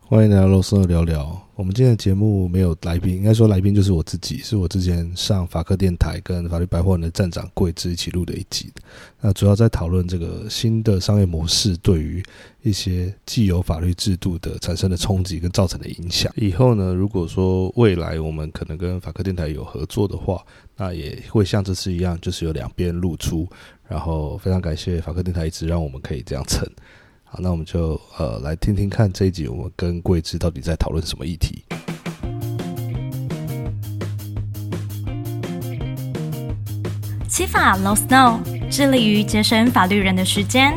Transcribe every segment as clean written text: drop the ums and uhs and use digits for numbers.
欢迎来到罗斯聊聊。我们今天的节目没有来宾，应该说来宾就是我自己，是我之前上法科电台跟法律白话文的站长桂枝一起录的一集。那主要在讨论这个新的商业模式对于一些既有法律制度的产生的冲击跟造成的影响。以后呢，如果说未来我们可能跟法科电台有合作的话，那也会像这次一样，就是有两边露出。然后非常感谢法科电台一直让我们可以这样蹭。好，那我们就来听听看这一集我们跟桂枝到底在讨论什么议题。 七法 Law Snow 致力于节省法律人的时间。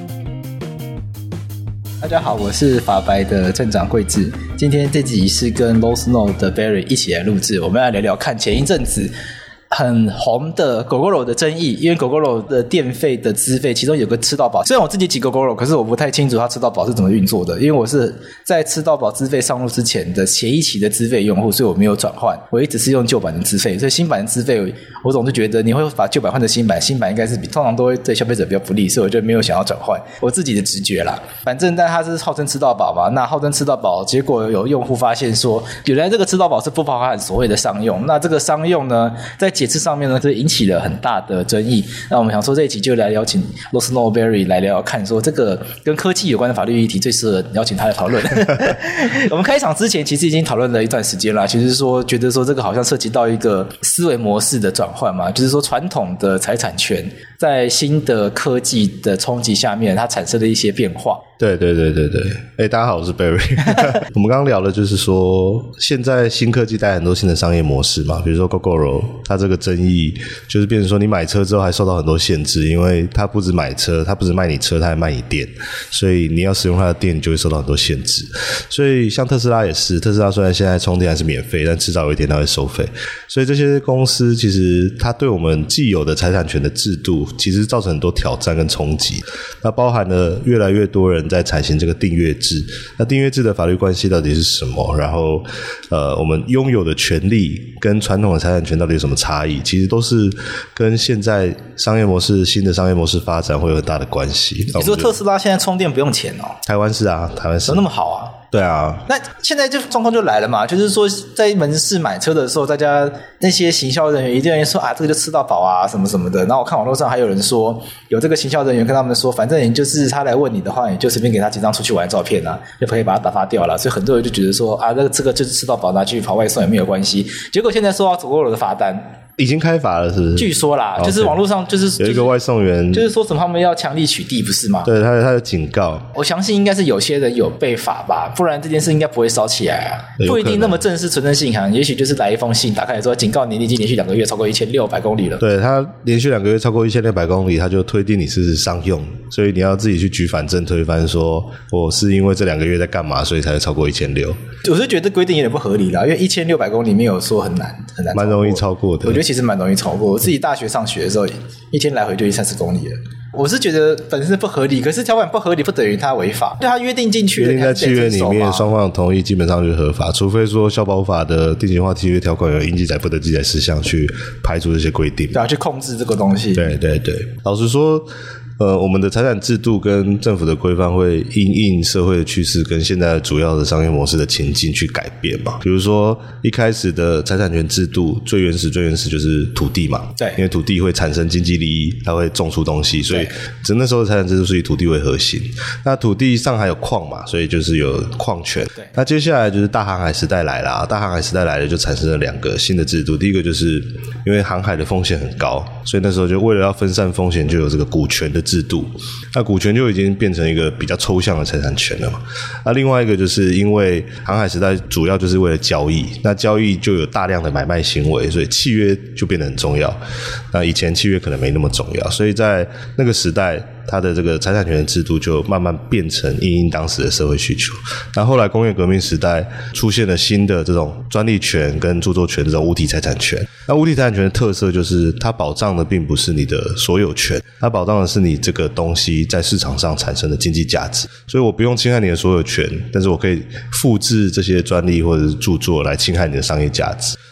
大家好，我是法白的镇长桂枝。今天这集是跟 Law Snow 的 Barry 一起来录制，我们来聊聊看前一阵子很红的Gogoro的争议。因为Gogoro的电费的资费其中有个吃到饱，虽然我自己骑Gogoro，可是我不太清楚它吃到饱是怎么运作的，因为我是在吃到饱资费上路之前的前一期的资费用户，所以我没有转换，我一直是用旧版的资费，所以新版的资费我总是觉得你会把旧版换成新版，新版应该是通常都会对消费者比较不利，所以我就没有想要转换，我自己的直觉啦。反正但它是号称吃到饱嘛，那号称吃到饱，结果有用户发现说原来这个吃到饱是不包含所谓的商用，那这个商用呢在解释上面呢就引起了很大的争议。那我们想说这一集就来邀请 Law Snow Barry 来聊聊看，说这个跟科技有关的法律议题最适合邀请他来讨论。我们开场之前其实已经讨论了一段时间啦，其实说觉得说这个好像涉及到一个思维模式的转换嘛，就是说传统的财产权在新的科技的冲击下面它产生了一些变化。 对，大家好，我是 Barry。 我们刚刚聊的就是说现在新科技带很多新的商业模式嘛，比如说 Gogoro 它这个争议就是变成说你买车之后还受到很多限制，因为它不止买车，它不止卖你车，它还卖你电，所以你要使用它的电就会受到很多限制。所以像特斯拉也是，特斯拉虽然现在充电还是免费，但迟早有一天它会收费，所以这些公司其实它对我们既有的财产权的制度其实造成很多挑战跟冲击。那包含了越来越多人在采行这个订阅制，那订阅制的法律关系到底是什么，然后我们拥有的权利跟传统的财产权到底有什么差异，其实都是跟现在商业模式新的商业模式发展会有很大的关系。 你说特斯拉现在充电不用钱哦？ 台湾是啊，台湾是有那么好啊？ 对啊， 那现在就状况就来了嘛，就是说在门市买车的时候，大家那些行销人员一定会说啊，这个就吃到饱啊，什么什么的。然后我看网络上还有人说，有这个行销人员跟他们说，反正你就是他来问你的话，你就随便给他几张出去玩的照片啊，就可以把他打发掉了。所以很多人就觉得说啊，这个就是吃到饱，拿去跑外送也没有关系。结果现在收到Gogoro的罚单。 已经开罚了是不是？据说啦，就是网络上就是有一个外送员， 就是说什么他们要强力取缔，不是吗？ 对，他有警告。 我相信应该是有些人有被罚吧，不然这件事应该不会烧起来啊。不一定那么正式存证信函，也许就是来一封信，打开来说警告你已经连续2个月超过1600公里了。 对，他连续2个月超过1600公里，他就推定你是商用，所以你要自己去举反证推翻说我是因为这2个月在干嘛，所以才会超过1600。 我是觉得规定有点不合理啦，因为1600公里没有说很难， 蛮容易超过的。 我觉得其实蛮容易超过。我自己大学上学的时候，一天来回就30公里了。我是觉得本身不合理，可是条款不合理不等于它违法，对它约定进去的， 约定在契约里面，双方同意基本上就是合法，除非说消保法的定型化契约条款有应记载不得记载事项去排除这些规定， 对啊，去控制这个东西。 对，老实说我们的财产制度跟政府的规范会因应社会的趋势跟现在主要的商业模式的情境去改变嘛。比如说一开始的财产权制度最原始就是土地嘛， 对， 因为土地会产生经济利益，它会种出东西，所以那时候的财产制度是以土地为核心。那土地上还有矿嘛，所以就是有矿权。 对， 那接下来就是大航海时代来了，大航海时代来了就产生了2个新的制度。第一个就是因为航海的风险很高，所以那时候就为了要分散风险，就有这个股权的制度。那股权就已经变成一个比较抽象的财产权了嘛。那另外一个就是因为航海时代主要就是为了交易，那交易就有大量的买卖行为，所以契约就变得很重要。那以前契约可能没那么重要，所以在那个时代它的这个财产权的制度就慢慢变成因应当时的社会需求。那后来工业革命时代出现了新的这种专利权跟著作权这种物体财产权。那物体财产权的特色就是它保障的并不是你的所有权，它保障的是你这个东西在市场上产生的经济价值。所以我不用侵害你的所有权，但是我可以复制这些专利或者是著作来侵害你的商业价值。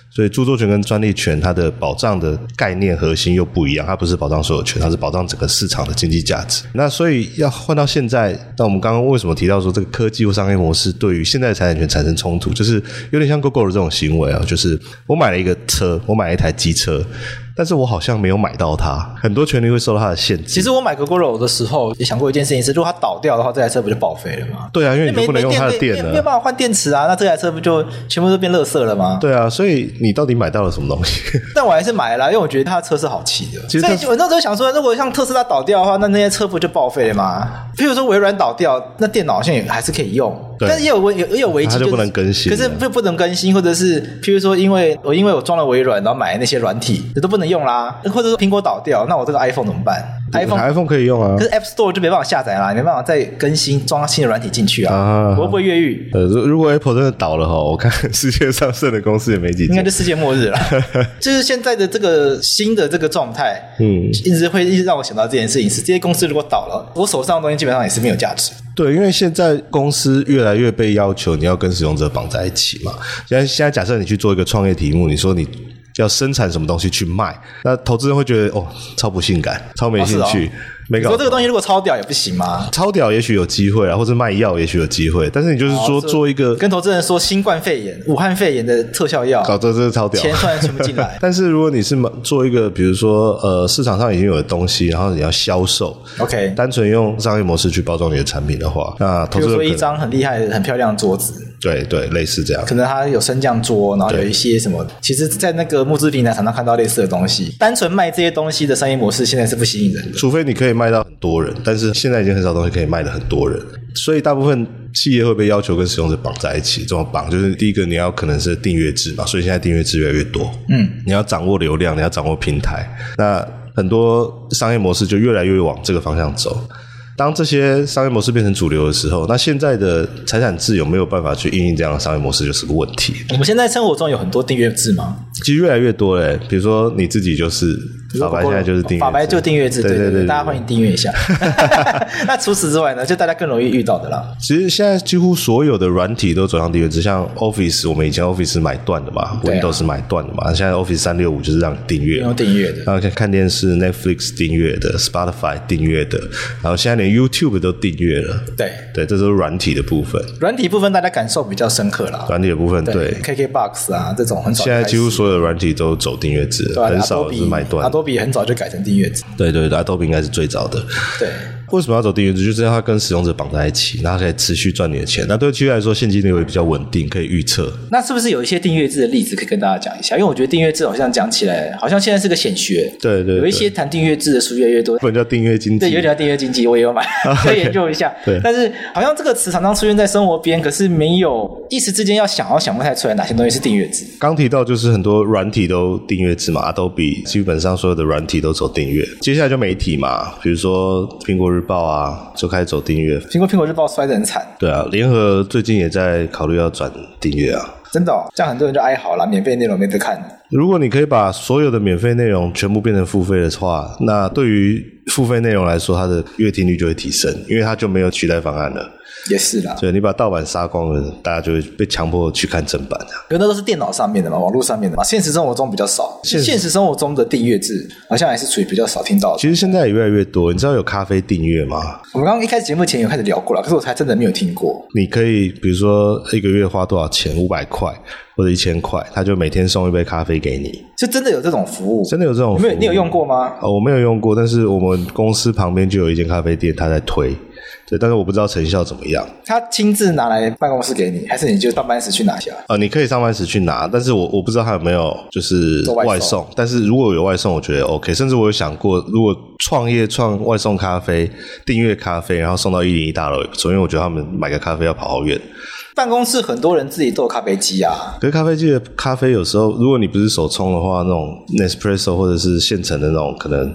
所以著作权跟专利权它的保障的概念核心又不一样，它不是保障所有权，它是保障整个市场的经济价值。那所以要换到现在，那我们刚刚为什么提到说这个科技或商业模式对于现在的财产权产生冲突，就是有点像 Gogoro 的这种行为啊，就是我买了一个车，我买了一台机车，但是我好像没有买到它，很多权利会受到它的限制。 其实我买 Gogoro 的时候也想过一件事情是，如果它倒掉的话，这台车不就报废了吗？ 对啊，因为你就不能用它的电了， 没有办法换电池啊，那这台车不就全部都变垃圾了吗？ 对啊，所以你到底买到了什么东西？ 但我还是买了啦，因为我觉得它的车是好骑的。 其实所以我那时候想说，如果像特斯拉倒掉的话，那些车不就报废了吗？譬如说微软倒掉，那电脑好像也还是可以用，但是也有危机， 它就不能更新， 可是不能更新，或者是譬如说因为我装了微软，然后买那些软体，这都不能用啦。或者说苹果倒掉，那我这个 iPhone 怎么办？iPhone 可以用啊， 可是 App Store 就没办法下载啦，没办法再更新装新的软体进去啊，会不会越狱？ 如果 Apple 真的倒了我看世界上剩的公司也没几间， 应该就世界末日了。就是现在的这个新的这个状态，一直让我想到这件事情是，这些公司如果倒了，我手上的东西基本上也是没有价值。 对，因为现在公司越来越被要求你要跟使用者绑在一起嘛。现在假设你去做一个创业题目，你说你要生产什么东西去卖，那投资人会觉得超不性感，超没兴趣。没搞。 你说这个东西如果超屌也不行吗？ 超屌也许有机会啊，或者卖药也许有机会，但是你就是说做一个跟投资人说新冠肺炎、武汉肺炎的特效药， 搞这是超屌， 钱突然全部进来。 但是如果你是做一个，比如说市场上已经有的东西，然后你要销售 ，OK， 单纯用商业模式去包装你的产品的话，那投资人比如说一张很厉害、很漂亮的桌子。 对，类似这样， 可能它有升降桌，然后有一些什么，其实在那个募资平台常常看到类似的东西。单纯卖这些东西的商业模式现在是不吸引人的， 除非你可以卖到很多人，但是现在已经很少东西可以卖到很多人，所以大部分企业会被要求跟使用者绑在一起。这种绑就是第一个，你要可能是订阅制嘛，所以现在订阅制越来越多。你要掌握流量，你要掌握平台，那很多商业模式就越来越往这个方向走。当这些商业模式变成主流的时候，那现在的财产制有没有办法去因应这样的商业模式就是个问题。 我们现在生活中有很多订阅制吗？ 其实越来越多嘞，比如说你自己就是法白，现在就是订阅制， 法白就订阅制，对，大家欢迎订阅一下。那除此之外呢，就大家更容易遇到的啦。 其实现在几乎所有的软体都走向订阅制，像 Office， 我们以前 Office 是买断的嘛，Windows 是买断的嘛，现在 Office 365就是让你订阅， 用订阅的， 然后看电视 Netflix 订阅的 ，Spotify 订阅的，然后现在连 YouTube 都订阅了。对，这都是软体的部分。 软体部分大家感受比较深刻啦。 软体的部分，对 ，KKBox 啊这种很早。 现在几乎所有的软体都走订阅制，很少是买断。 Adobe 很早就改成订阅制。 对，Adobe 应该是最早的。对。为什么要走订阅制？就是它跟使用者绑在一起，然后可以持续赚你的钱。那对企业来说，现金流也比较稳定，可以预测。 那是不是有一些订阅制的例子可以跟大家讲一下？因为我觉得订阅制好像讲起来，好像现在是个显学。对，有一些谈订阅制的书越来越多。 不能叫订阅经济， 对，有点叫订阅经济，我也有买，可以研究一下。对，但是好像这个词常常出现在生活边，可是没有一时之间想不太出来哪些东西是订阅制。 刚提到就是很多软体都订阅制嘛 ，Adobe 基本上所有的软体都走订阅。接下来就媒体嘛，比如说苹果日报啊。就开始走订阅， 苹果日报摔得很惨。 对啊，联合最近也在考虑要转订阅啊。 真的这样很多人就哀嚎了，免费内容没得看。 如果你可以把所有的免费内容全部变成付费的话，那对于付费内容来说，它的阅听率就会提升，因为它就没有取代方案了。 也是啦， 对，你把盗版杀光了，大家就会被强迫去看正版。 可那都是电脑上面的嘛，网络上面的嘛，现实生活中比较少。现实生活中的订阅制好像还是属于比较少听到的。 其实现在也越来越多，你知道有咖啡订阅吗？ 我们刚刚一开始节目前有开始聊过了，可是我才真的没有听过。 你可以比如说一个月花多少钱，500块或者1000块，他就每天送一杯咖啡给你。 是真的有这种服务？ 真的有这种服务？ 你有用过吗？ 我没有用过，但是我们公司旁边就有一间咖啡店，他在推。对，但是我不知道成效怎么样。他亲自拿来办公室给你，还是你就上班时去拿下？ 你可以上班时去拿，但是我不知道他有没有就是外送。但是如果有外送，我觉得 OK。甚至我有想过，如果创外送咖啡、订阅咖啡，然后送到101大楼也不错，因为我觉得他们买个咖啡要跑好远。 办公室很多人自己都有咖啡机啊， 可是咖啡机的咖啡有时候，如果你不是手冲的话，那种 Nespresso 或者是现成的那种可能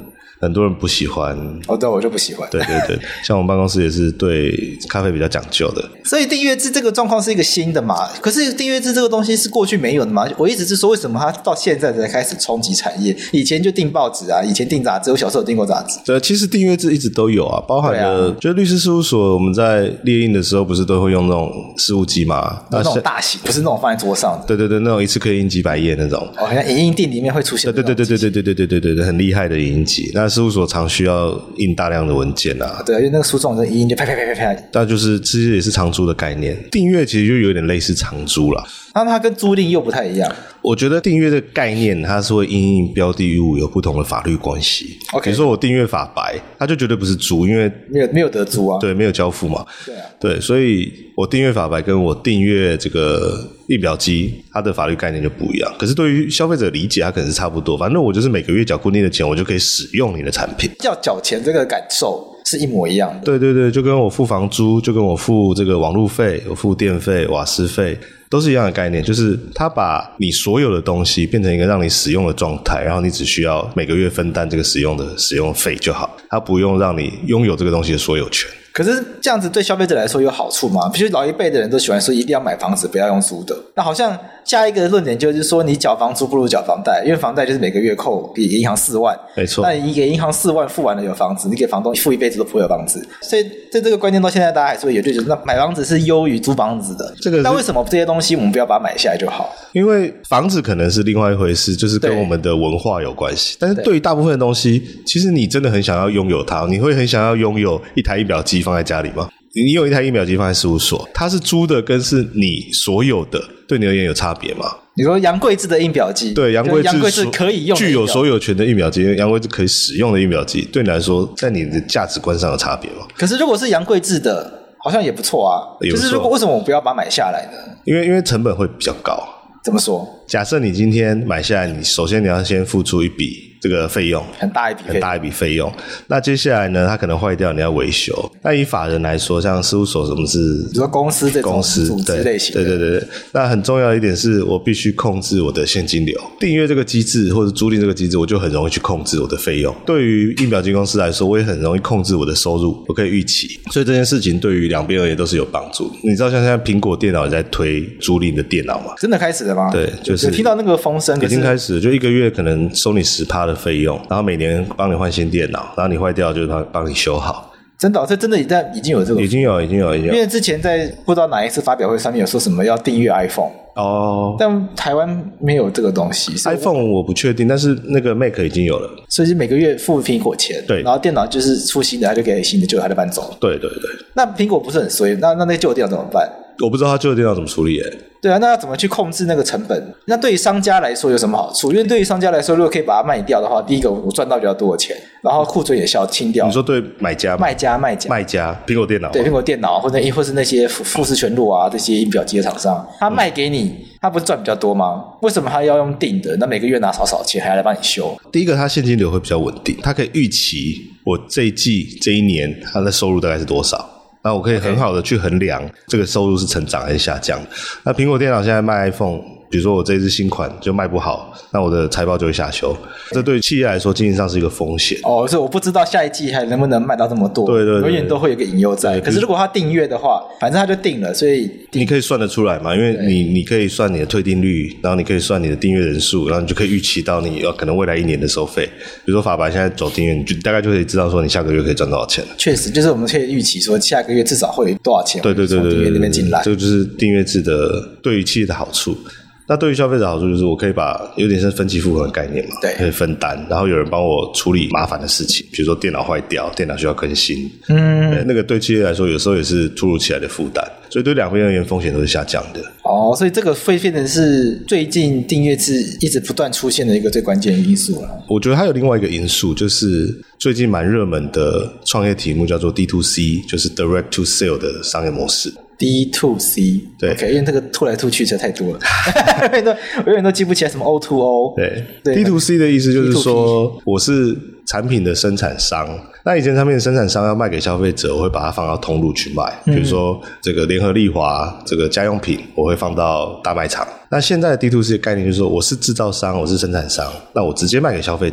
很多人不喜欢。 对，我就不喜欢。 对对对，像我们办公室也是对咖啡比较讲究的。 所以订阅制这个状况是一个新的嘛？可是订阅制这个东西是过去没有的嘛？我一直是说，为什么它到现在才开始冲击产业？以前就订报纸啊，以前订杂志，我小时候有订过杂志。 对，其实订阅制一直都有啊，包含了就是律师事务所，我们在列印的时候不是都会用那种事务机嘛？ 那种大型，不是那种放在桌上的。 对对对，那种一次可以印几百页那种。 好像影印店里面会出现。 对对对对对对对对对对对，很厉害的影印机。那事务所常需要印大量的文件啊。 对，因为那个书中的影印就啪啪啪啪啪。 但就是其实也是长租的概念，订阅其实就有点类似长租啦。 那它跟租赁又不太一样。 我觉得订阅的概念，它是会因应标的物有不同的法律关系。 OK， 比如说我订阅法白，它就绝对不是租，因为没有得租啊。 对，没有交付嘛。 对啊。 对，所以我订阅法白跟我订阅这个印表机，它的法律概念就不一样。可是对于消费者理解，它可能是差不多。反正我就是每个月缴固定的钱，我就可以使用你的产品。 要缴钱这个感受是一模一样的。 对对对，就跟我付房租，就跟我付这个网路费，我付电费、瓦斯费，都是一样的概念，就是它把你所有的东西变成一个让你使用的状态，然后你只需要每个月分担这个使用费就好，它不用让你拥有这个东西的所有权。 可是这样子对消费者来说有好处吗？比如老一辈的人都喜欢说一定要买房子不要用租的，那好像下一个论点就是说你缴房租不如缴房贷，因为房贷就是每个月扣给银行4万， 没错， 那你给银行4万付完了有房子，你给房东付一辈子都不会有房子，所以在这个观念到现在大家还是会有就觉得那买房子是优于租房子的。这个那为什么这些东西我们不要把它买下来就好？ 因为房子可能是另外一回事，就是跟我们的文化有关系，但是对于大部分的东西，其实你真的很想要拥有它，你会很想要拥有一台印表机放在家里吗？你有一台印表机放在事务所，它是租的跟是你所有的，对你而言有差别吗？ 你说杨贵志的印表机， 对，杨贵志可以用具有所有权的印表机，杨贵志可以使用的印表机，对你来说在你的价值观上有差别吗？ 可是如果是杨贵志的好像也不错啊，就是如果为什么我不要把它买下来呢？ 因为成本会比较高。 怎么说？ 假设你今天买下来，你首先你要先付出一笔这个费用， 很大一笔费用。 那接下来呢，它可能坏掉，你要维修。那以法人来说，像事务所什么是， 比如说公司这种组织类型的， 对对对对。那很重要一点是我必须控制我的现金流。订阅这个机制或者租赁这个机制，我就很容易去控制我的费用。对于印表机公司来说，我也很容易控制我的收入，我可以预期。所以这件事情对于两边而言都是有帮助。你知道像现在苹果电脑也在推租赁的电脑吗？ 真的开始了吗？ 对，就是听到那个风声， 已经开始，就一个月可能收你10%的费用，然后每年帮你换新电脑，然后你坏掉就帮你修好。 真的这真的已经有这个， 已经有。 因为之前在不知道哪一次发表会上面有说什么要订阅 iPhone 哦， 但台湾没有这个东西。 iPhone 我不确定，但是那个 Mac 已经有了， 所以是每个月付苹果钱， 对， 然后电脑就是出新的，他就给你新的，旧的他就搬走。 对对对。 那苹果不是很衰，那旧的电脑怎么办？ 我不知道他旧的电脑怎么处理耶。 对啊，那要怎么去控制那个成本？那对于商家来说有什么好处？因为对于商家来说，如果可以把它卖掉的话，第一个我赚到比较多的钱，然后库存也清掉。 你说对买家吗？卖家苹果电脑， 对苹果电脑或是那些富士全络啊这些印表机的厂商，他卖给你，他不是赚比较多吗？为什么他要用订的？那每个月拿少少钱还要来帮你修？ 第一个，他现金流会比较稳定，他可以预期我这一年他的收入大概是多少。那我可以很好的去衡量这个收入是成长还是下降。那苹果电脑现在卖 iPhone， 比如说我这一支新款就卖不好，那我的财报就会下修。这对企业来说经营上是一个风险。 所以我不知道下一季还能不能卖到这么多。 对对对， 永远都会有一个隐忧在。可是如果他订阅的话，反正他就订了，所以你可以算得出来嘛，因为你可以算你的退订率，然后你可以算你的订阅人数，然后你就可以预期到你可能未来1年的收费。比如说法白现在走订阅，你就大概就可以知道说你下个月可以赚多少钱。 确实，就是我们可以预期说下个月至少会有多少钱从订阅那边进来。 这个就是订阅制的对于企业的好处。那对于消费者的好处就是我可以把有点像分期付款的概念嘛， 对， 可以分担，然后有人帮我处理麻烦的事情，比如说电脑坏掉，电脑需要更新，那个对企业来说有时候也是突如其来的负担，所以对两边而言风险都是下降的。 所以这个会变成是最近订阅制一直不断出现的一个最关键的因素了。 我觉得还有另外一个因素，就是最近蛮热门的创业题目叫做 D2C， 就是 Direct to Sale 的商业模式。 D2C， 对 ，OK， 因为这个吐来吐去实在太多了，我永远都记不起来什么 O2O。 对 ，D2C 的意思就是说，我是产品的生产商。那以前产品的生产商要卖给消费者，我会把它放到通路去卖，比如说这个联合利华这个家用品，我会放到大卖场。那现在的 D2C 的概念就是说，我是制造商，我是生产商，那我直接卖给消费者。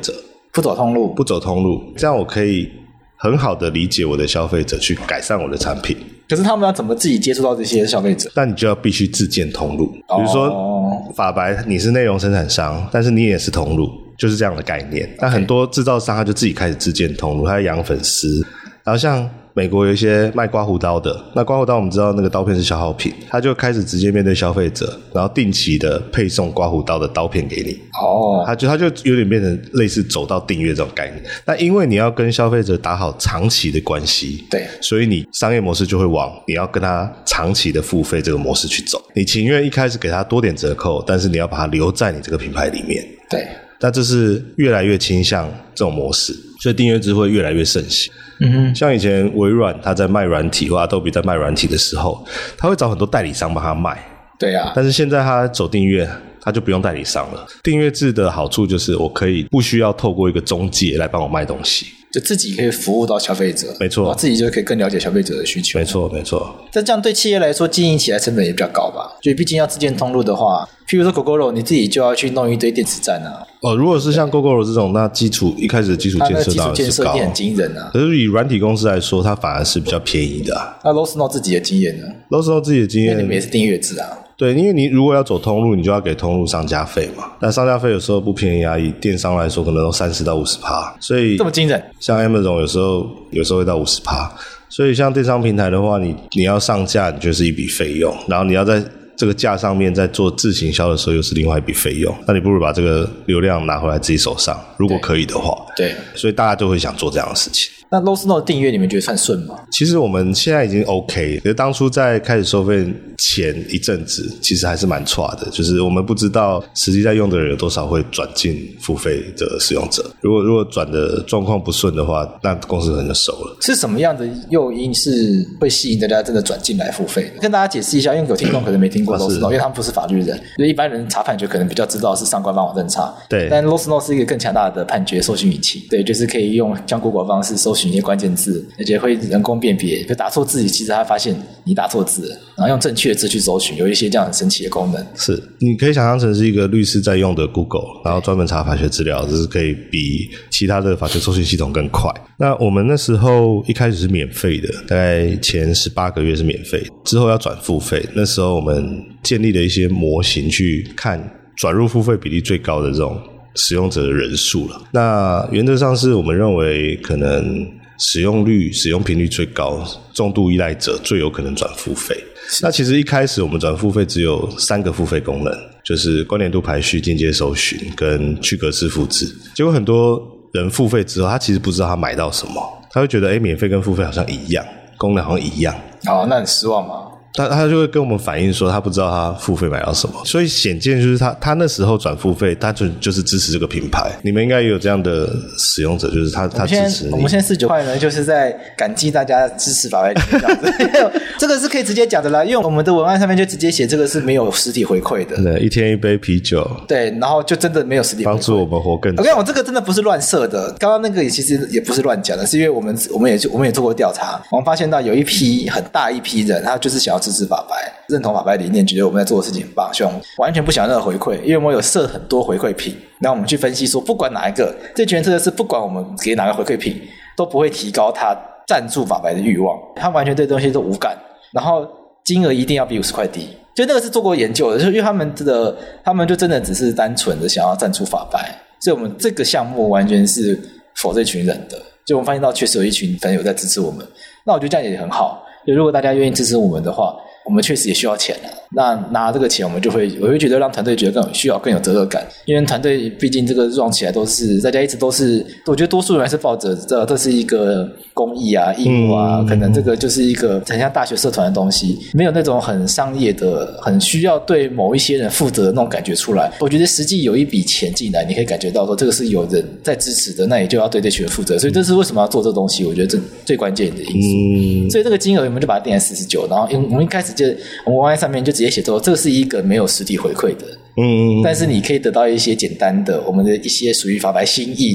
不走通路， 这样我可以很好的理解我的消费者，去改善我的产品。 可是他们要怎么自己接触到这些消费者？ 那你就要必须自建通路，比如说法白你是内容生产商，但是你也是通路，就是这样的概念。那很多制造商他就自己开始自建通路，他在养粉丝。然后像美国有一些卖刮胡刀的，那刮胡刀我们知道那个刀片是消耗品，他就开始直接面对消费者，然后定期的配送刮胡刀的刀片给你。他就有点变成类似走到订阅这种概念。那因为你要跟消费者打好长期的关系， 对， 所以你商业模式就会往你要跟他长期的付费这个模式去走。你情愿一开始给他多点折扣，但是你要把它留在你这个品牌里面。 对， 那这是越来越倾向这种模式，所以订阅制会越来越盛行。像以前微软他在卖软体或 Adobe 在卖软体的时候，他会找很多代理商帮他卖。 对啊， 但是现在他走订阅，他就不用代理商了。订阅制的好处就是我可以不需要透过一个中介来帮我卖东西， 就自己可以服务到消费者。 没错， 自己就可以更了解消费者的需求。 没错。 但这样对企业来说经营起来成本也比较高吧，就毕竟要自建通路的话，譬如说 Gogoro 你自己就要去弄一堆电子站啊。 如果是像 Gogoro 这种，那一开始的基础建设当然是高， 一定很惊人啊。 可是以软体公司来说，它反而是比较便宜的啊。 那 Losno 自己的经验呢？ Losno 自己的经验， 因为你们也是订阅制啊。 对，因为你如果要走通路，你就要给通路商家费嘛。但商家费有时候不便宜啊，以电商来说可能都30%到50%，所以这么惊人。 像 Amazon 有时候会到50%，所以像电商平台的话，你要上架，你就是一笔费用，然后你要在这个架上面在做自行销的时候又是另外一笔费用，那你不如把这个流量拿回来自己手上，如果可以的话。 对， 所以大家就会想做这样的事情。 那 Losno 的订阅你们觉得算顺吗？ 其实我们现在已经 OK， 可是当初在开始收费前一阵子其实还是蛮差的，就是我们不知道实际在用的人有多少会转进付费的使用者。如果转的状况不顺的话，那公司可能就收了。 是什么样的诱因是会吸引大家真的转进来付费的？跟大家解释一下，因为有听众可能没听过 Losno， 因为他们不是法律人，所以一般人查判决可能比较知道是上官方网站查。 对， 但 Losno 是一个更强大的判决搜寻引擎，对，就是可以用像 Google 方式搜寻一些关键字，而且会人工辨别，就打错字，其实他发现你打错字了，然后用正确的字去搜寻，有一些这样很神奇的功能。 是，你可以想象成是一个律师在用的 Google， 然后专门查法学资料，就是可以比其他的法学搜寻系统更快。那我们那时候一开始是免费的，大概前18个月是免费，之后要转付费。那时候我们建立了一些模型去看转入付费比例最高的这种使用者的人数了。那原则上是我们认为可能使用频率最高，重度依赖者最有可能转付费。那其实一开始我们转付费只有3个付费功能，就是关联度排序、进阶搜寻跟去格式复制。结果很多人付费之后，他其实不知道他买到什么，他会觉得免费跟付费好像一样，功能好像一样。 那很失望吗？ 他就会跟我们反映说他不知道他付费买到什么，所以显见就是他那时候转付费，他就是支持这个品牌。你们应该也有这样的使用者，就是他支持你。 我们现在49块呢，就是在感激大家支持法白这样子。这个是可以直接讲的啦，因为我们的文案上面就直接写这个是没有实体回馈的。 对，一天一杯啤酒。 对，然后就真的没有实体回馈， 帮助我们活更久。 我跟你讲，我这个真的不是乱设的，刚刚那个其实也不是乱讲的，是因为我们也做过调查，我们发现到有一批很大一批人，他就是想要支持法白，认同法白理念，觉得我们在做的事情很棒，希望完全不想要任何回馈，因为我们有设很多回馈品，然后我们去分析说，不管哪一个，这群人特色是不管我们给哪个回馈品，都不会提高他赞助法白的欲望，他完全对东西都无感，然后金额一定要比50块低，就那个是做过研究的，因为他们就真的只是单纯的想要赞助法白，所以我们这个项目完全是否这群人的，就我们发现到确实有一群朋友在支持我们，那我觉得这样也很好，就如果大家愿意支持我们的话，我们确实也需要钱啊，那拿这个钱我会觉得让团队觉得更有责任感，因为团队毕竟这个 run 起来都是大家一直都是，我觉得多数人还是抱着这是一个公益啊义务啊，可能这个就是一个很像大学社团的东西，没有那种很商业的很需要对某一些人负责的那种感觉出来。我觉得实际有一笔钱进来，你可以感觉到说这个是有人在支持的，那也就要对这群人负责，所以这是为什么要做这东西，我觉得这最关键的因素。所以这个金额我们就把它定在49，然后我们一开始我们网站上面就直接写说这是一个没有实体回馈的，但是你可以得到一些简单的我们的一些属于法白心意的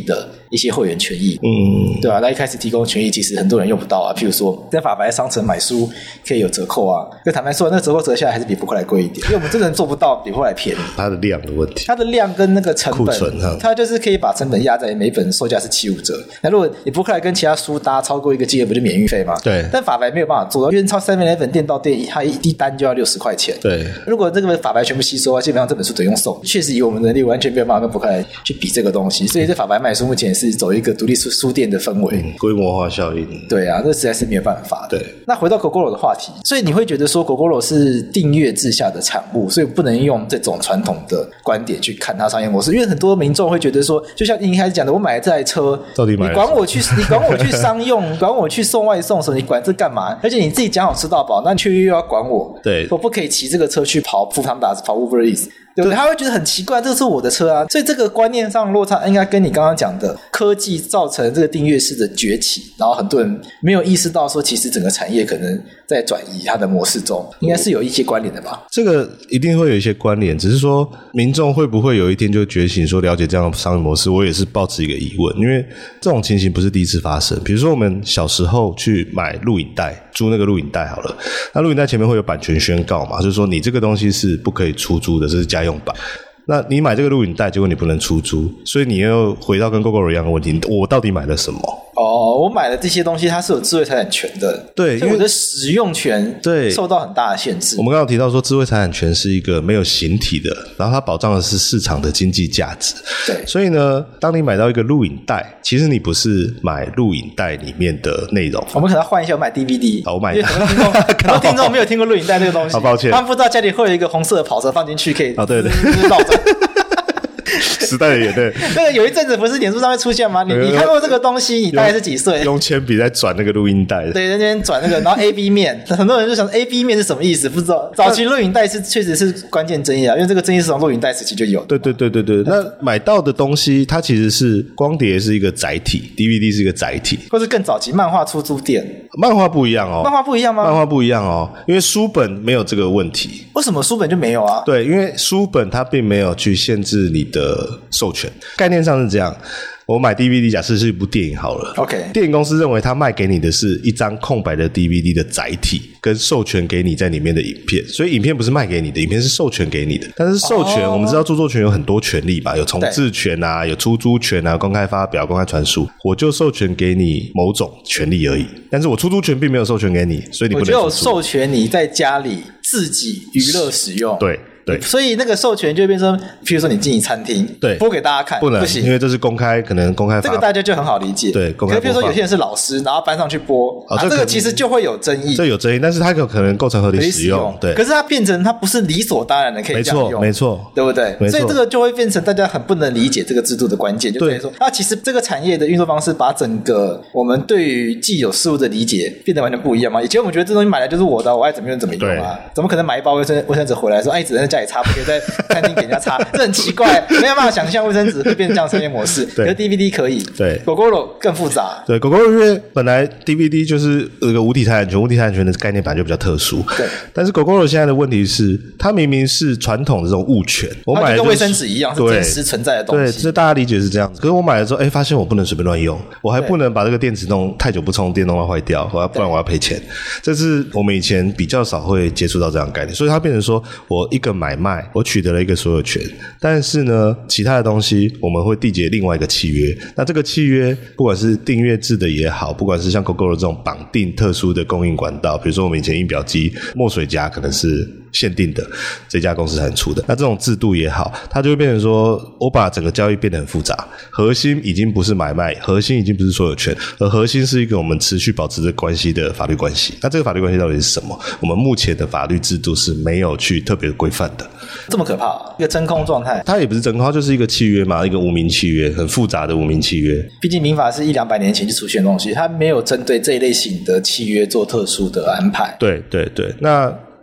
一些会员权益，对吧？那一开始提供权益其实很多人用不到啊，譬如说在法白商城买书可以有折扣啊，就坦白说那个折扣折下来还是比博客来贵一点，因为我们真的做不到比博客来便宜。 它的量的问题， 它的量跟那个成本， 库存它就是可以把成本压在每本售价是75折。那如果你博客来跟其他书搭超过一个金额，不就免运费吗？ 对。 但法白没有办法做到，因为超 7-Eleven 店到店，它一单就要60块钱。 对。 如果这个法白全部吸收啊，基本上这本书等于用送。确实以我们的能力完全没有办法跟博客来去比这个东西，所以在法白卖书目前是走一个独立书店的氛围， 规模化效应。 对啊，这实在是没有办法的。 对。 那回到 Gogoro 的话题，所以你会觉得说 Gogoro 是订阅制下的产物，所以不能用这种传统的观点去看它商业模式，因为很多民众会觉得说，就像你一开始讲的，我买了这台车， 到底买了什么？ 你管我去商用，你管我去送外送什么，你管这干嘛？而且你自己讲好吃到饱，那你却又要管我， 对， 我不可以骑这个车去跑富康达跑 Uber Eats。对不对？他会觉得很奇怪，这个是我的车啊，所以这个观念上的落差应该跟你刚刚讲的科技造成这个订阅式的崛起，然后很多人没有意识到说，其实整个产业可能在转移它的模式中，应该是有一些关联的吧？ 这个一定会有一些关联，只是说民众会不会有一天就觉醒，说了解这样的商业模式，我也是抱持一个疑问，因为这种情形不是第一次发生。比如说我们小时候去买录影带，租那个录影带好了，那录影带前面会有版权宣告嘛，就是说你这个东西是不可以出租的，这是家用版。那你买这个录影带，结果你不能出租，所以你又回到跟 Gogoro 一样的问题，我到底买了什么？ 哦，我买的这些东西它是有智慧财产权的， 对， 所以我的使用权对受到很大的限制。 我们刚刚提到说，智慧财产权是一个没有形体的，然后它保障的是市场的经济价值。 对， 所以呢，当你买到一个录影带，其实你不是买录影带里面的内容。 我们可能要换一下，我买 DVD。 我买， 因为很多听众没有听过录影带这个东西， 好抱歉， 他们不知道家里会有一个红色的跑车放进去可以对对绕转。 时代的眼泪。 那个有一阵子不是脸书上面出现吗？你看过这个东西，你大概是几岁？ 用铅笔在转那个录音带， 对，在那边转那个，然后 A/B 面，很多人就想 A/B 面是什么意思，不知道。早期录影带是确实是关键争议啊，因为这个争议是从录影带时期就有。 对。那买到的东西，它其实是光碟是一个载体 ，DVD 是一个载体， 或是更早期漫画出租店。 漫画不一样哦， 漫画不一样吗？ 漫画不一样哦，因为书本没有这个问题。 为什么书本就没有啊？ 对，因为书本它并没有去限制你的授权，概念上是这样。我买 DVD， 假设是一部电影好了 ，OK， 电影公司认为他卖给你的是一张空白的 DVD 的载体，跟授权给你在里面的影片，所以影片不是卖给你的，影片是授权给你的。但是授权，我们知道著作权有很多权利吧，有重置权啊，有出租权啊，公开发表、公开传输，我就授权给你某种权利而已，但是我出租权并没有授权给你，所以你不能出租。 我就有授权你在家里自己娱乐使用。 对， 所以那个授权就会变成，譬如说你经营餐厅， 对， 播给大家看， 不能， 不行， 因为这是公开，可能公开发， 这个大家就很好理解。 对，公开。 可是譬如说有些人是老师，然后搬上去播，这个其实就会有争议。 这有争议，但是它有可能构成合理使用，对。 可是它变成它不是理所当然的可以这样用， 没错， 对不对？所以这个就会变成大家很不能理解这个制度的关键，就等于说，其实这个产业的运作方式把整个我们对于既有事物的理解变得完全不一样嘛。以前我们觉得这东西买来就是我的，我爱怎么用怎么用啊，怎么可能买一包卫生纸回来说，只能在家里擦，不可以在餐厅给人家擦，这很奇怪，没有办法想象卫生纸会变成这样商业模式。可是 DVD 可以， 对 ，Gogoro 更复杂。 对 ，Gogoro 因为本来 DVD 就是有个无体财产权，无体财产权的概念本来就比较特殊。 对， 但是 Gogoro 现在的问题是，它明明是传统的这种物权，我买的跟卫生纸一样是真实存在的东西。 对，这大家理解是这样子。可是我买了之后，发现我不能随便乱用，我还不能把这个电池弄太久不充电弄到坏掉，不然我要赔钱。这是我们以前比较少会接触到这样的概念，所以它变成说我一个买卖，我取得了一个所有权。但是呢，其他的东西我们会缔结另外一个契约。那这个契约，不管是订阅制的也好，不管是像 Gogoro 这种绑定特殊的供应管道，比如说我们以前印表机墨水夹可能是限定的，这家公司才能出的。那这种制度也好，它就会变成说，我把整个交易变得很复杂，核心已经不是买卖，核心已经不是所有权，而核心是一个我们持续保持着关系的法律关系。那这个法律关系到底是什么？我们目前的法律制度是没有去特别规范的。 这么可怕，一个真空状态。 它也不是真空，它就是一个契约嘛，一个无名契约，很复杂的无名契约。 毕竟民法是100-200年前就出现的东西，它没有针对这一类型的契约做特殊的安排。 对，那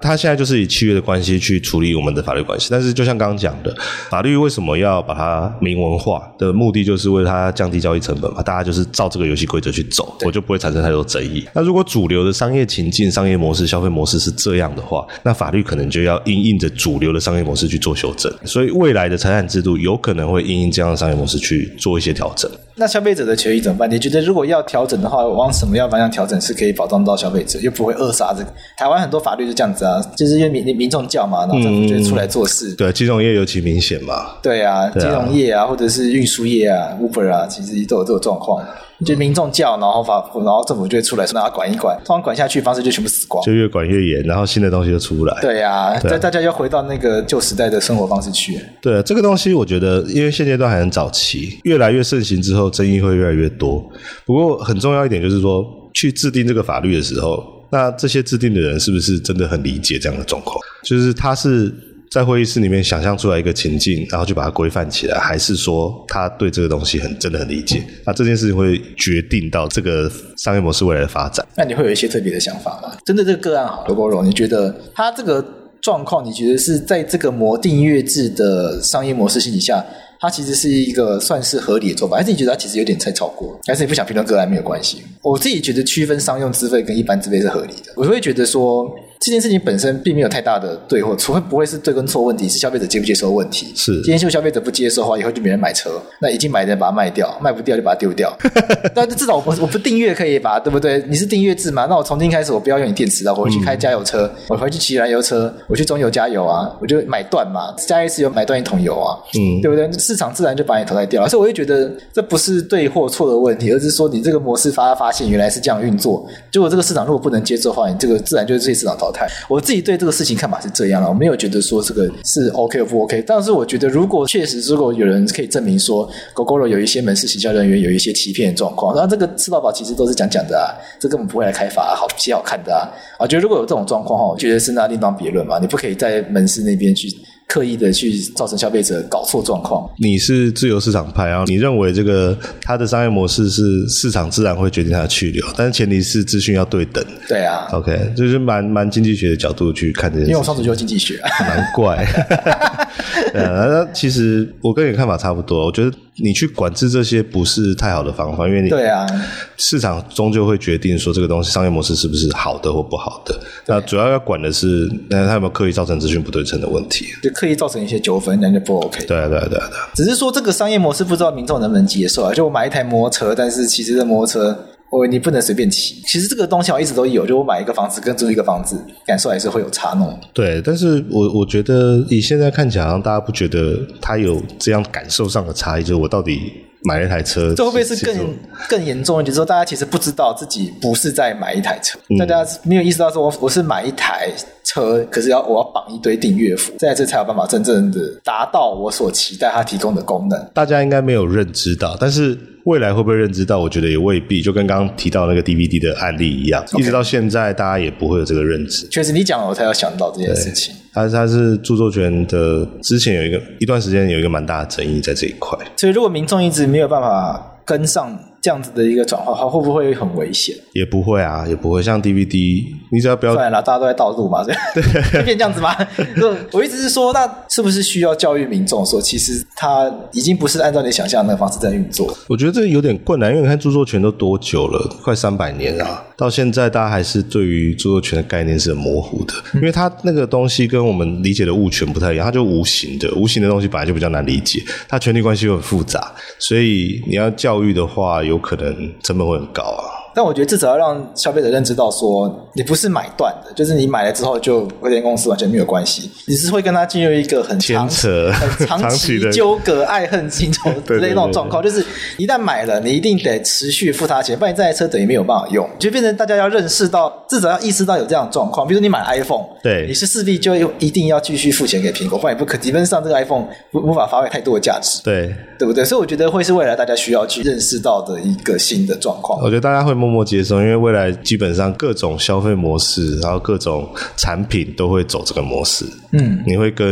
他现在就是以契约的关系去处理我们的法律关系，但是就像刚刚讲的，法律为什么要把它明文化的目的就是为了它降低交易成本嘛，大家就是照这个游戏规则去走，我就不会产生太多争议。那如果主流的商业情境、商业模式、消费模式是这样的话，那法律可能就要因应着主流的商业模式去做修正，所以未来的财产制度有可能会因应这样的商业模式去做一些调整。 那消费者的权益怎么办？你觉得如果要调整的话，往什么样方向调整是可以保障到消费者，又不会扼杀这个？台湾很多法律就这样子啊，就是因为民众叫嘛，然后政府就会出来做事。 对，金融业尤其明显嘛。 对啊，金融业啊，或者是运输业啊 ，Uber 啊，其实都有这种状况。就民众叫，然后政府就会出来说，让他管一管，通常管下去方式就全部死光， 就越管越严，然后新的东西就出来。 对啊，大家又回到那个旧时代的生活方式去。 对，这个东西我觉得，因为现阶段还很早期，越来越盛行之后，争议会越来越多。不过很重要一点就是说，去制定这个法律的时候，那这些制定的人是不是真的很理解这样的状况？就是他是在会议室里面想象出来一个情境，然后就把它规范起来，还是说他对这个东西真的很理解？那这件事情会决定到这个商业模式未来的发展。 那你会有一些特别的想法吗？针对这个个案好，Gogoro，你觉得他这个状况，你觉得是在这个订阅制的商业模式底下，它其实是一个算是合理的做法，还是你觉得它其实有点太超过？还是你不想评论个案没有关系？我自己觉得区分商用资费跟一般资费是合理的。我会觉得说这件事情本身并没有太大的对或错，不会是对跟错问题，是消费者接不接受问题。 是今天就消费者不接受的话，以后就没人买车，那已经买的人把它卖掉，卖不掉就把它丢掉。但至少我不订阅可以吧，对不对？你是订阅制嘛，那我从今开始我不要用你电池了，我回去开加油车，我回去骑燃油车，我去中油加油啊，我就买断嘛，加一次油买断一桶油啊，对不对？市场自然就把你淘汰掉了。所以我会觉得这不是对或错的问题，而是说你这个模式发现原来是这样运作，结果这个市场如果不能接受的话，你这个自然就是被市场淘汰。我自己对这个事情看法是这样了，我没有觉得说这个是 OK 或不 OK， 但是我觉得如果确实有人可以证明说 Gogoro 有一些门市行销人员有一些欺骗的状况，那这个吃到饱其实都是讲的啊，这根本不会来开发好写好看的啊。我觉得如果有这种状况，我觉得是那另当别论嘛，你不可以在门市那边去刻意的去造成消费者搞错状况。 你是自由市场派，然后你认为这个它的商业模式是市场自然会决定它的去留，但是前提是资讯要对等。 对啊 OK， 就是蛮经济学的角度去看这件事情。 因为我上次就经济学难怪那其实我跟你看法差不多，我觉得你去管制这些不是太好的方法，因为你对啊， 市场终究会决定说这个东西商业模式是不是好的或不好的。那主要要管的是它有没有刻意造成资讯不对称的问题， 就刻意造成一些纠纷，那就不 OK。 对。 只是说这个商业模式不知道民众能不能接受啊？就我买一台摩托车，但是其实这摩托车你不能随便骑。其实这个东西我一直都有，就我买一个房子跟租一个房子，感受还是会有差弄。对， 但是我觉得以现在看起来，好像大家不觉得它有这样感受上的差异，就是我到底买了一台车， 这会不会是更严重的？就是说大家其实不知道自己不是在买一台车，大家没有意识到说我是买一台车，可是我要绑一堆订阅服，这才有办法真正的达到我所期待它提供的功能。 大家应该没有认知到，但是未来会不会认知到，我觉得也未必，就跟刚刚提到那个 DVD 的案例一样，一直到现在大家也不会有这个认知。 确实你讲了我才有想到这件事情。 它是著作权的之前有一段时间有一个蛮大的争议在这一块， 所以如果民众一直没有办法跟上这样子的一个转化，会不会很危险？ 也不会啊，也不会。像 DVD 你只要不要， 算了啦，大家都在盗录嘛，会变这样子吗？我意思是说，那是不是需要教育民众说，其实它已经不是按照你想象的那个方式在运作？ 我觉得这有点困难，因为你看著作权都多久了，快300年啊，到现在大家还是对于著作权的概念是很模糊的，因为它那个东西跟我们理解的物权不太一样，它就无形的东西本来就比较难理解，它权利关系又很复杂，所以你要教育的话，有可能成本会很高啊。 但我觉得至少要让消费者认知到说，你不是买断的，就是你买了之后就跟这间公司完全没有关系，你是会跟他进入一个很长期纠葛、爱恨情仇之类的那种状况，就是一旦买了，你一定得持续付他钱，不然你这台车等于没有办法用，就变成大家要认识到，至少要意识到有这样的状况。比如说你买了 iPhone， 对，你是势必就一定要继续付钱给苹果，不然你不可基本上这个 iPhone 无法发挥太多的价值，对不对？所以我觉得会是未来大家需要去认识到的一个新的状况。 我觉得大家会默默接受，因为未来基本上各种消费模式，然后各种产品都会走这个模式。你会跟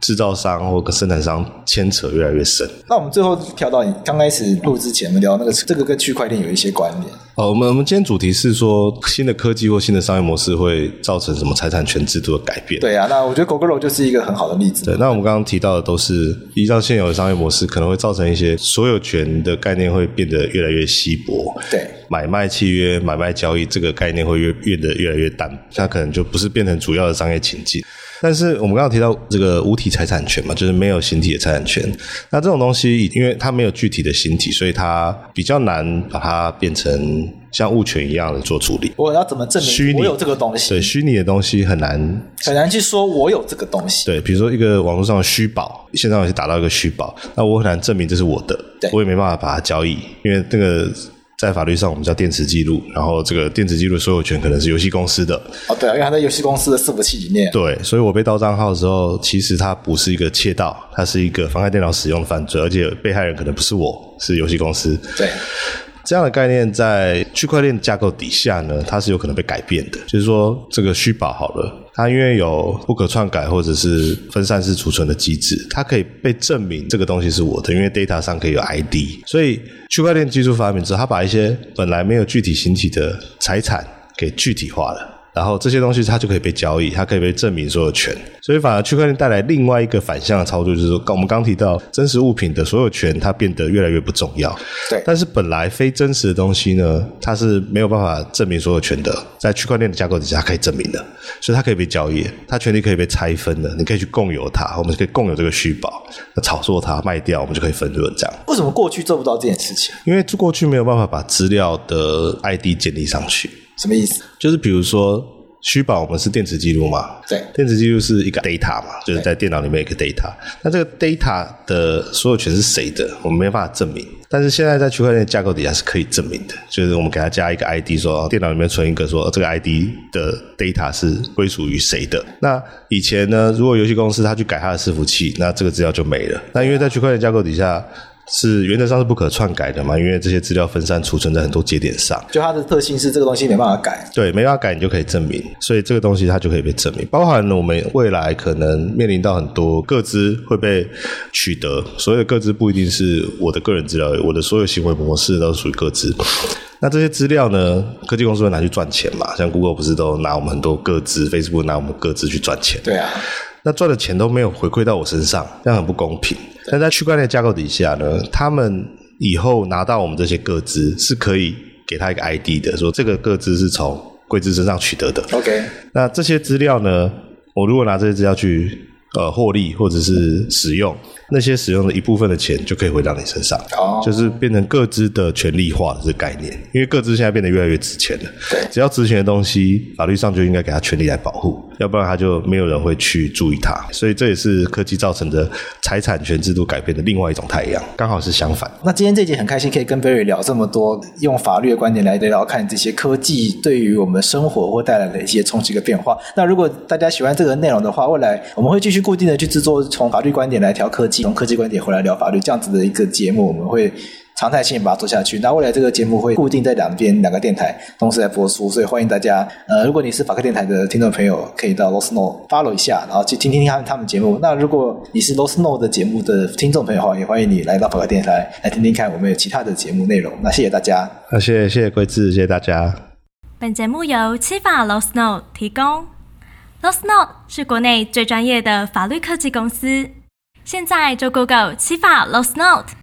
制造商或跟生产商牵扯越来越深。 那我们最后跳到你刚开始录之前，我们聊那个这个跟区块链有一些关联。 我们今天主题是说新的科技或新的商业模式会造成什么财产权制度的改变。 对啊，那我觉得 Gogoro 就是一个很好的例子。 对，那我们刚刚提到的都是依照现有的商业模式，可能会造成一些所有权的概念会变得越来越稀薄。 对， 买卖契约、买卖交易这个概念会变得越来越淡，它可能就不是变成主要的商业情境。但是我们刚刚提到这个无体财产权嘛，就是没有形体的财产权。那这种东西因为它没有具体的形体，所以它比较难把它变成像物权一样的做处理。 我要怎么证明我有这个东西？ 对，虚拟的东西很难去说我有这个东西。 对，比如说一个网络上的虚宝，线上游戏打到一个虚宝，那我很难证明这是我的，我也没办法把它交易，因为这个在法律上我们叫电池记录，然后这个电池记录所有权可能是游戏公司的。 对啊，因为它在游戏公司的伺服器里面。 对，所以我被盗账号的时候，其实它不是一个窃盗，它是一个妨害电脑使用的犯罪，而且被害人可能不是我，是游戏公司。 对。 这样的概念在区块链架构底下呢，它是有可能被改变的。就是说这个虚宝好了，它因为有不可篡改或者是分散式储存的机制，它可以被证明这个东西是我的，因为 data 上可以有 ID。所以区块链技术发明之后，它把一些本来没有具体形体的财产给具体化了，然后这些东西它就可以被交易，它可以被证明所有权。所以反而区块链带来另外一个反向的操作，就是说我们刚提到真实物品的所有权它变得越来越不重要。 对， 但是本来非真实的东西呢，它是没有办法证明所有权的，在区块链的架构底下它可以证明的，所以它可以被交易，它权利可以被拆分的，你可以去共有它，我们可以共有这个虚宝，炒作它卖掉，我们就可以分润这样。 为什么过去做不到这件事情？ 因为过去没有办法把资料的 ID 建立上去。 什么意思？ 就是比如说虚宝我们是电池记录嘛， 对， 电池记录是一个 data 嘛，就是在电脑里面一个 data。那这个 data 的所有权是谁的，我们没办法证明。但是现在在区块链架构底下是可以证明的，就是我们给它加一个 ID， 说电脑里面存一个说这个 ID 的 data 是归属于谁的。那以前呢，如果游戏公司它去改它的伺服器，那这个资料就没了。那因为在区块链架构底下是原则上是不可篡改的嘛，因为这些资料分散储存在很多节点上， 就它的特性是这个东西没办法改。 对，没办法改你就可以证明，所以这个东西它就可以被证明。包含我们未来可能面临到很多个资会被取得，所谓的个资不一定是我的个人资料，我的所有行为模式都属于个资。那这些资料呢，科技公司会拿去赚钱嘛，像 Google 不是都拿我们很多个资， Facebook 拿我们个资去赚钱。 对啊， 那赚的钱都没有回馈到我身上，这样很不公平。但在区块链架构底下呢，他们以后拿到我们这些个资是可以给他一个 ID 的，说这个个资是从贵资身上取得的。 OK， 那这些资料呢，我如果拿这些资料去获利或者是使用，那些使用的一部分的钱就可以回到你身上，就是变成个资的权利化的这个概念。因为个资现在变得越来越值钱了，只要值钱的东西，法律上就应该给它权利来保护，要不然它就没有人会去注意它。所以这也是科技造成的财产权制度改变的另外一种太阳，刚好是相反。 那今天这集很开心可以跟 Barry 聊这么多，用法律的观点来聊聊看这些科技对于我们生活或带来的一些冲击跟变化。那如果大家喜欢这个内容的话，未来我们会继续固定的去制作从法律观点来调科技，从科技观点回来聊法律这样子的一个节目，我们会常态性把它做下去。那未来这个节目会固定在两个电台同时来播出，所以欢迎大家如果你是法科电台的听众朋友，可以到 LowSnow follow 一下，然后去听听他们节目。那如果你是 LowSnow 的节目的听众朋友的话，也欢迎你来到法科电台来听听看我们有其他的节目内容。那谢谢大家。 谢谢贵志，谢谢大家。 本节目由七法 LowSnow 提供。LowSnow 是国内最专业的法律科技公司，现在就 Google 七法 LowSnow